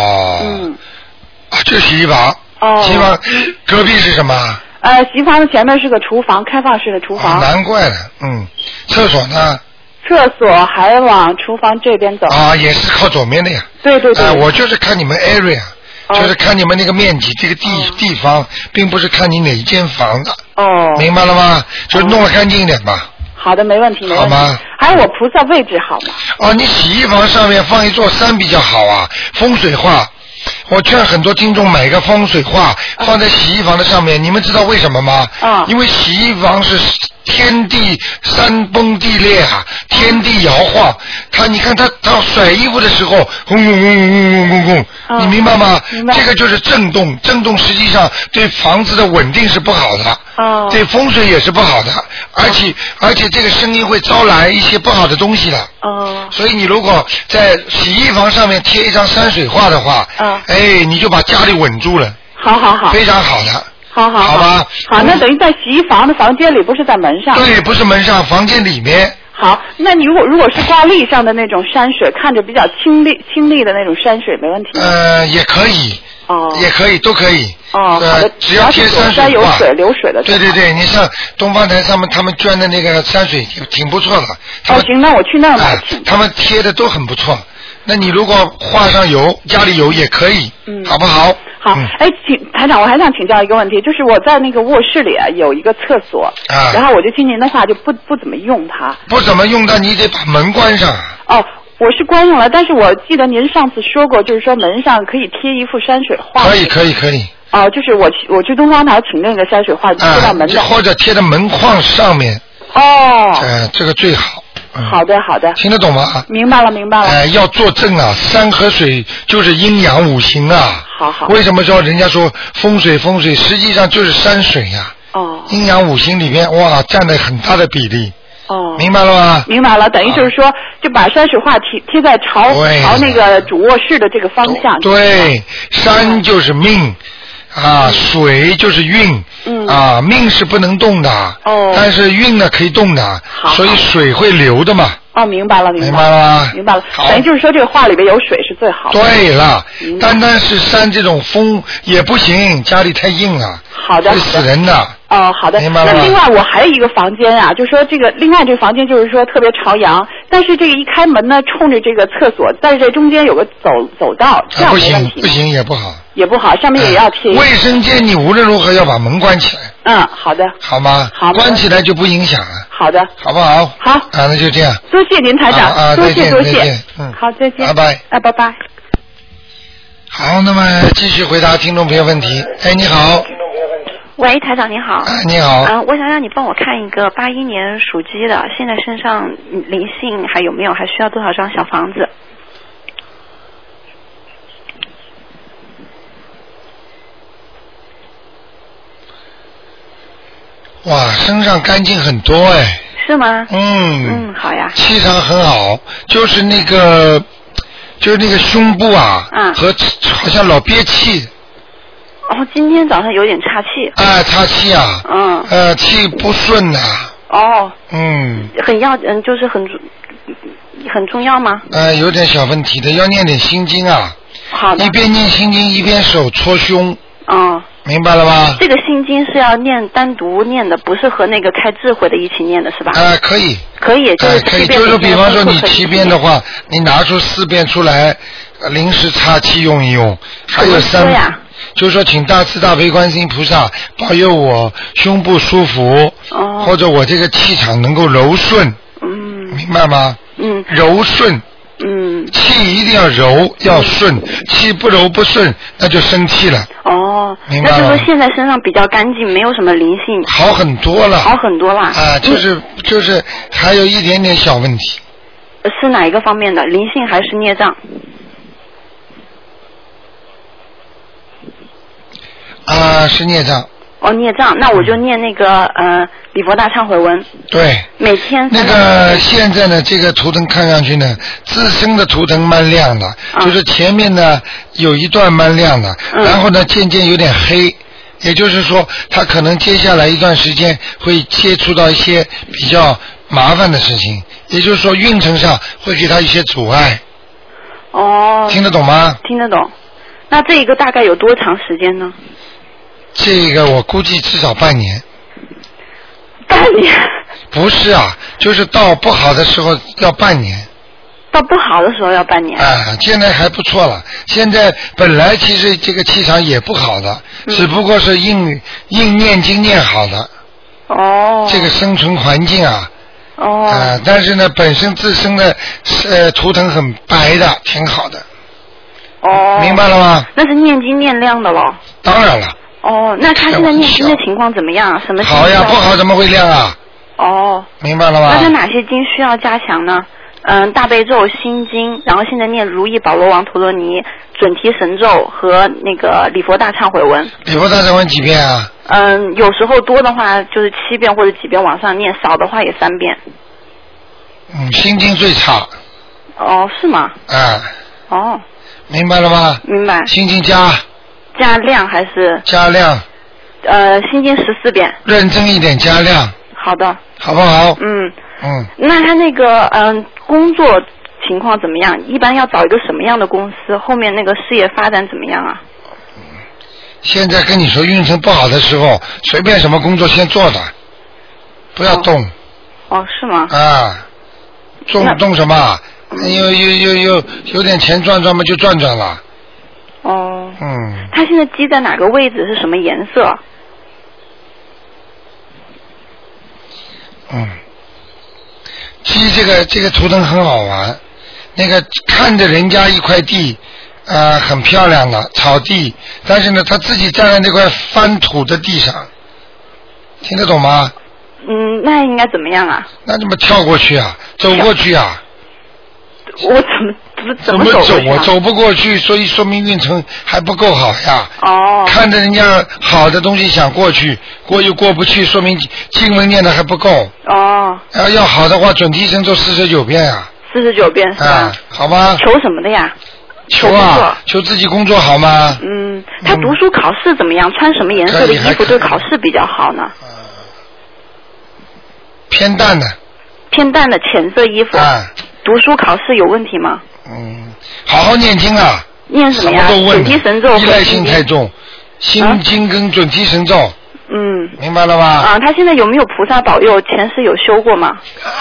就洗衣房。洗衣房隔壁是什么？ 洗衣房的前面是个厨房，开放式的厨房。 难怪了。厕所呢？ 厕所还往厨房这边走。 也是靠左面的呀。 对。 我就是看你们 area。就是看你们那个面积，这个地方，并不是看你哪一间房子。明白了吗？就是弄得干净一点吧。 好的，没问题。好吗？还有我菩萨位置好吗？ 你洗衣房上面放一座山比较好啊，风水画。我劝很多听众买一个风水画放在洗衣房的上面，你们知道为什么吗？因为洗衣房是天地山崩地裂啊，天地摇晃。你看他甩衣服的时候，轰轰轰轰轰轰轰，你明白吗？这个就是震动，震动实际上对房子的稳定是不好的，对风水也是不好的，而且这个声音会招来一些不好的东西的。所以你如果在洗衣房上面贴一张山水画的话，你就把家里稳住了。 好， 非常好的。 好吧。 好，那等于在洗衣房的房间里，不是在门上。 对，不是门上，房间里面。 好，那你如果是挂历上的那种山水，看着比较清丽的那种山水，没问题。 也可以。 也可以，都可以。 好的， 只要贴山水画， 有水流水的。 对，你像东方台上面他们捐的那个山水挺不错的。 行，那我去那儿买。 他们贴的都很不错。那你如果画上油，家里有也可以，好不好？ 好，台长，我还想请教一个问题，就是我在那个卧室里有一个厕所，然后我就听您的话就不怎么用它。不怎么用它，你得把门关上。我是关上了，但是我记得您上次说过，就是说门上可以贴一幅山水画。可以。就是我去东方台请那个山水画贴到门的， 或者贴在门框上面。这个最好。 好的。 听得懂吗？ 明白了。 要做正啊，山和水就是阴阳五行啊。 好。 为什么说人家说风水，实际上就是山水呀。阴阳五行里边，哇，占了很大的比例。明白了吗？ 明白了，等于就是说，就把山水画贴在朝那个主卧室的这个方向。对， 山就是命。水就是运，命是不能动的，但是运呢可以动的，所以水会流的嘛。 明白了。等于就是说这个画里边有水是最好的。对了， 单是山这种风也不行，家里太硬了，会死人的。 好的。那另外我还有一个房间啊，就说这个另外这个房间就是说特别朝阳，但是这个一开门呢冲着这个厕所，在这中间有个走道，这样没问题吗？ 不行也不好。 也不好，上面也要贴。 卫生间你无论如何要把门关起来。 好的。 好吗？好。关起来就不影响了。 好的。 好不好？ 好。 那就这样。 多谢您台长。多谢。好，再见。 拜拜。 拜拜。 好，那么继续回答听众朋友问题。你好。 喂，台长你好。 你好。 我想让你帮我看一个81年属鸡的，现在身上灵性还有没有？还需要多少张小房子？ 哇，身上干净很多哎。 是吗？好呀。 气场很好，就是那个胸部啊，和好像老憋气。 今天早上有点岔气。 岔气啊。气不顺呐。 就是很重要吗？ 有点小问题的，要念点心经啊。 好的。 一边念心经一边手搓胸。明白了吗？ 这个心经是要单独念的，不是和那个开智慧的一起念的是吧？ 可以。 可以， 可以，就是比方说你7遍的话，你拿出4遍出来，临时插气用一用。还有3遍。就是说，请大慈大悲观世音菩萨保佑我胸部舒服，或者我这个气场能够柔顺。明白吗？柔顺。气一定要柔要顺，气不柔不顺那就生气了。明白了。 那就是现在身上比较干净，没有什么灵性。 好很多了。 就是还有一点点小问题。 是哪一个方面的？灵性还是孽障？ 是孽障。 孽障，那我就念那个礼佛大忏悔文。 对。 每天。 那个现在呢，这个图腾看上去呢，自身的图腾蛮亮的，就是前面呢有一段蛮亮的，然后呢渐渐有点黑，也就是说，他可能接下来一段时间会接触到一些比较麻烦的事情，也就是说运程上会给他一些阻碍。听得懂吗？ 听得懂。那这一个大概有多长时间呢？ 这个我估计至少半年。 半年？ 不是啊，就是到不好的时候要半年。 到不好的时候要半年。 现在还不错了。现在本来其实这个气场也不好的，只不过是硬念经念好的。这个生存环境啊。但是呢，本身自身的图腾很白的，挺好的。明白了吗？ 那是念经念亮的咯。 当然了。 那他现在念经的情况怎么样？什么好呀，不好怎么会亮啊？明白了吗？ 那他哪些经需要加强呢？大悲咒、心经，然后现在念如意宝罗王陀罗尼、准提神咒和那个礼佛大忏悔文。 礼佛大忏悔文几遍啊？ 有时候多的话就是7遍或者几遍往上念，少的话也3遍。 心经最差。 是吗？ 明白了吗？ 明白。 心经加量还是？ 加量。 心经14遍。 认真一点，加量。 好的。 好不好？ 那他那个工作情况怎么样？一般要找一个什么样的公司？后面那个事业发展怎么样啊？ 现在跟你说运程不好的时候，随便什么工作先做的，不要动。 哦，是吗？ 啊，动什么？有点钱赚嘛，就赚了。 哦。他现在鸡在哪个位置？是什么颜色？ 鸡这个图腾很好玩，那个看着人家一块地，很漂亮的草地，但是呢，他自己站在那块翻土的地上，听得懂吗？ 那应该怎么样啊？ 那怎么跳过去啊？走过去啊？ 我怎么走啊？走不过去，所以说明运程还不够好呀。看着人家好的东西想过去，又过不去，说明经文念的还不够。要好的话，准提神咒49遍呀。 49遍是吧？ 好吧。 求什么的呀？ 求自己工作好吗？ 他读书考试怎么样？穿什么颜色的衣服对考试比较好呢？ 偏淡的浅色衣服。读书考试有问题吗？ 好好念经啊。 念什么呀？准提神咒。 依赖性太重，心经跟准提神咒。明白了吗？ 他现在有没有菩萨保佑？前世有修过吗？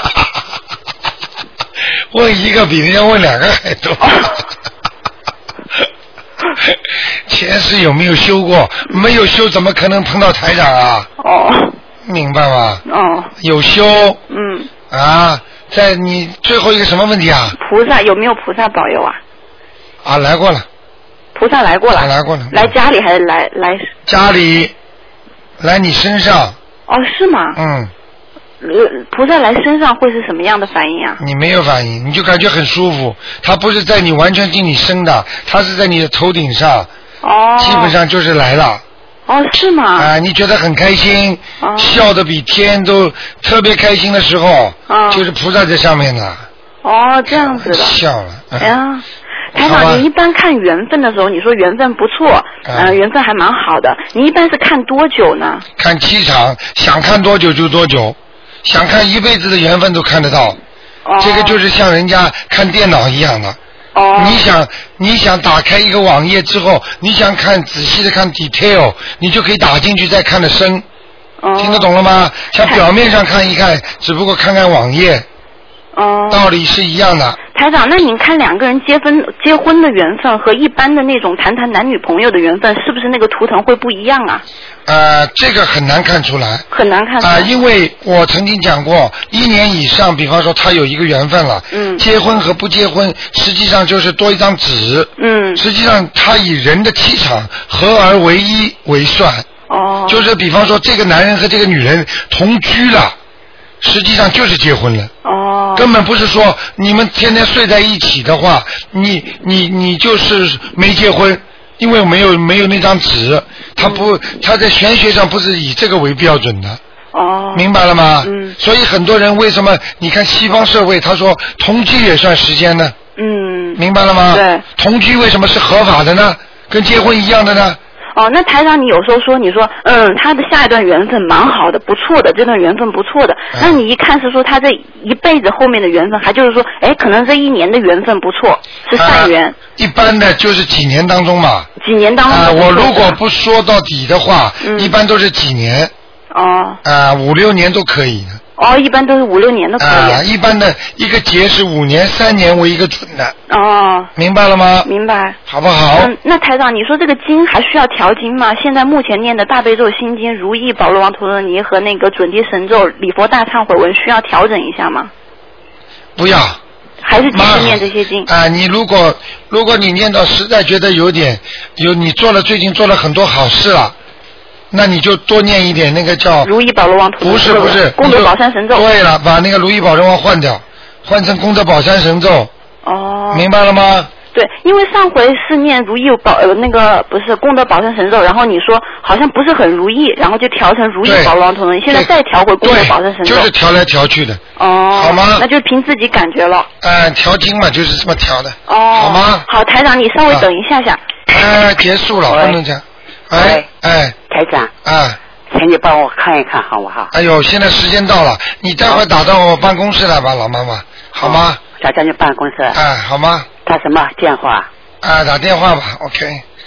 问一个比人家问2个还多。前世有没有修过？没有修怎么可能碰到台长啊？明白吗？有修。在你最后一个什么问题啊？ 菩萨有没有菩萨保佑啊？ 来过了。 菩萨来过了。 来过了。 来家里还是来？ 家里，来你身上。 是吗？菩萨来身上会是什么样的反应啊？ 你没有反应，你就感觉很舒服。他不是在你完全进你身的，他是在你的头顶上。基本上就是来了。 是吗？ 你觉得很开心，笑得比天都特别开心的时候，就是菩萨在上面呢。 这样子的。 笑了。 台长，你一般看缘分的时候，你说缘分不错，缘分还蛮好的。你一般是看多久呢？ 看气场，想看多久就多久，想看一辈子的缘分都看得到。这个就是像人家看电脑一样的。你想打开一个网页之后，你想仔细的看 detail， 你就可以打进去再看得深。听得懂了吗？像表面上看一看，只不过看看网页。道理是一样的。 台长，那您看2个人结婚的缘分和一般的那种谈男女朋友的缘分，是不是那个图腾会不一样啊？ 这个很难看出来。 很难看出来。 因为我曾经讲过，1年以上，比方说他有一个缘分了，结婚和不结婚，实际上就是多一张纸。实际上他以人的气场合而为一为算。就是比方说这个男人和这个女人同居了，实际上就是结婚了。根本不是说你们天天睡在一起的话，你就是没结婚，因为没有那张纸，他在玄学上不是以这个为标准的。明白了吗？所以很多人为什么你看西方社会，他说同居也算时间呢？明白了吗？ 对。 同居为什么是合法的呢？跟结婚一样的呢？ 那台长，你有时候说，你说，他的下一段缘分蛮好的，不错的，这段缘分不错的。那你一看是说他这一辈子后面的缘分，还就是说，可能这1年的缘分不错，是善缘。 一般的就是几年当中嘛。 几年当中。 我如果不说到底的话，一般都是几年。5、6年都可以的。 一般都是5、6年都可以。 一般的一个节是5年、3年为一个准的。明白了吗？ 明白。 好不好？ 那台长，你说这个经还需要调经吗？现在目前念的大悲咒心经、如意宝罗王陀罗尼和那个准提神咒、礼佛大忏悔文需要调整一下吗？ 不要。 还是继续念这些经？ 你如果你念到实在觉得你最近做了很多好事了。那你就多念一点那个叫如意宝罗王陀罗尼。 不是功德宝山神咒。 对了，把那个如意宝罗王换掉，换成功德宝山神咒。明白了吗？ 对，因为上回是念如意那个不是功德宝山神咒，然后你说好像不是很如意，然后就调成如意宝罗王陀罗尼，现在再调回功德宝山神咒。 就是调来调去的。好吗？ 那就凭自己感觉了。 调经嘛，就是这么调的。 好吗？ 好，台长，你稍微等一下下。 结束了，不能讲。 台长，请你帮我看一看好不好？ 哎呦，现在时间到了，你待会打到我办公室来吧，老妈妈，好吗？ 打到你办公室。 好吗？ 打什么电话？ 打电话吧 ，OK。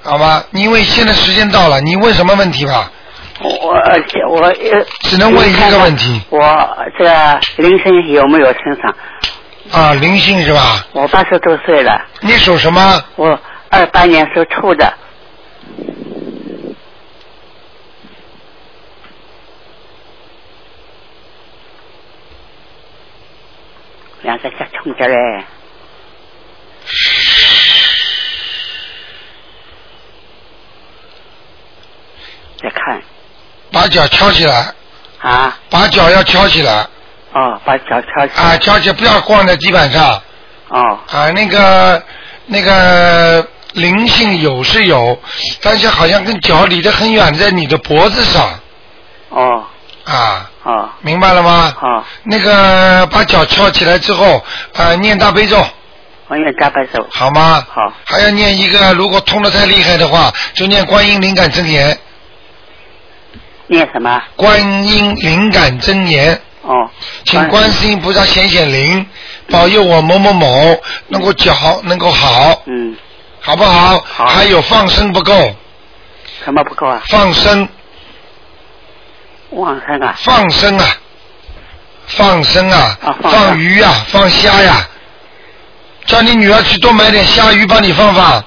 好吧，因为现在时间到了，你问什么问题吧？ 我只能问一个问题。 我这个灵性有没有身上？ 啊，灵性是吧？ 我80多岁了。 你属什么？ 我28年属兔的。两个小虫子嘞。再看。 把脚翘起来。 啊。 把脚要翘起来。 哦，把脚翘起来。 啊，翘起来，不要挂在地板上。 哦。 啊，那个灵性有是有，但是好像跟脚离得很远，在你的脖子上。 哦。 啊。 哦。 明白了吗？ 哦。 那个把脚翘起来之后，念大悲咒。 我念大悲咒。 好吗？ 好。 还要念一个，如果痛得太厉害的话，就念观音灵感真言。 念什么？ 观音灵感真言。 哦。 请观世音菩萨显显灵，保佑我某某某能够脚能够好。 嗯。 好不好？ 好。 还有放生不够。 什么不够啊？ 放生。 放生啊。 放生啊。放生啊。放鱼啊，放虾呀。叫你女儿去多买点虾鱼帮你放放。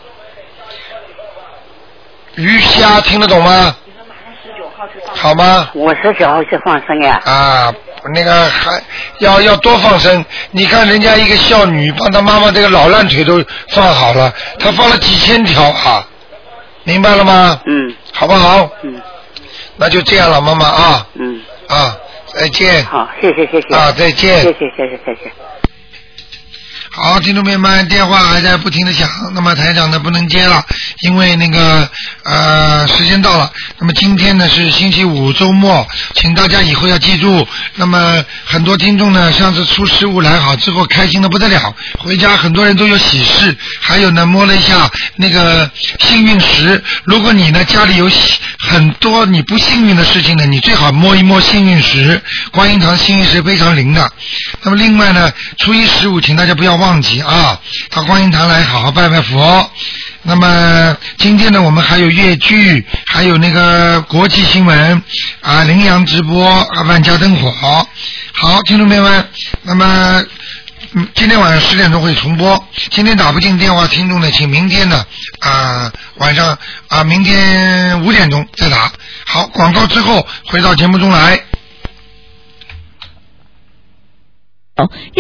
鱼虾听得懂吗？好吗？ 我19号去放生呀。 啊，那个还要多放生。你看人家一个孝女帮她妈妈这个老烂腿都放好了，她放了几千条啊，明白了吗？ 嗯。 好不好？ 嗯。 那就这样了，妈妈啊。 嗯。 啊，再见。 好，谢谢。 啊，再见。 谢谢。 好，听众朋友们，电话还在不停的响，那么台长呢不能接了，因为那个时间到了。那么今天呢是星期五周末，请大家以后要记住。那么很多听众呢上次出失误来好之后开心的不得了，回家很多人都有喜事，还有呢摸了一下那个幸运石。如果你呢家里有很多你不幸运的事情呢，你最好摸一摸幸运石，观音堂幸运石非常灵的。那么另外呢，初一15请大家不要忘记啊，到观音堂来好好拜拜佛。那么今天呢我们还有粤剧，还有那个国际新闻啊，羚羊直播啊，万家灯火。好，听众朋友们，那么今天晚上10点钟会重播。今天打不进电话听众呢，请明天呢晚上明天5点钟再打。好，广告之后回到节目中来。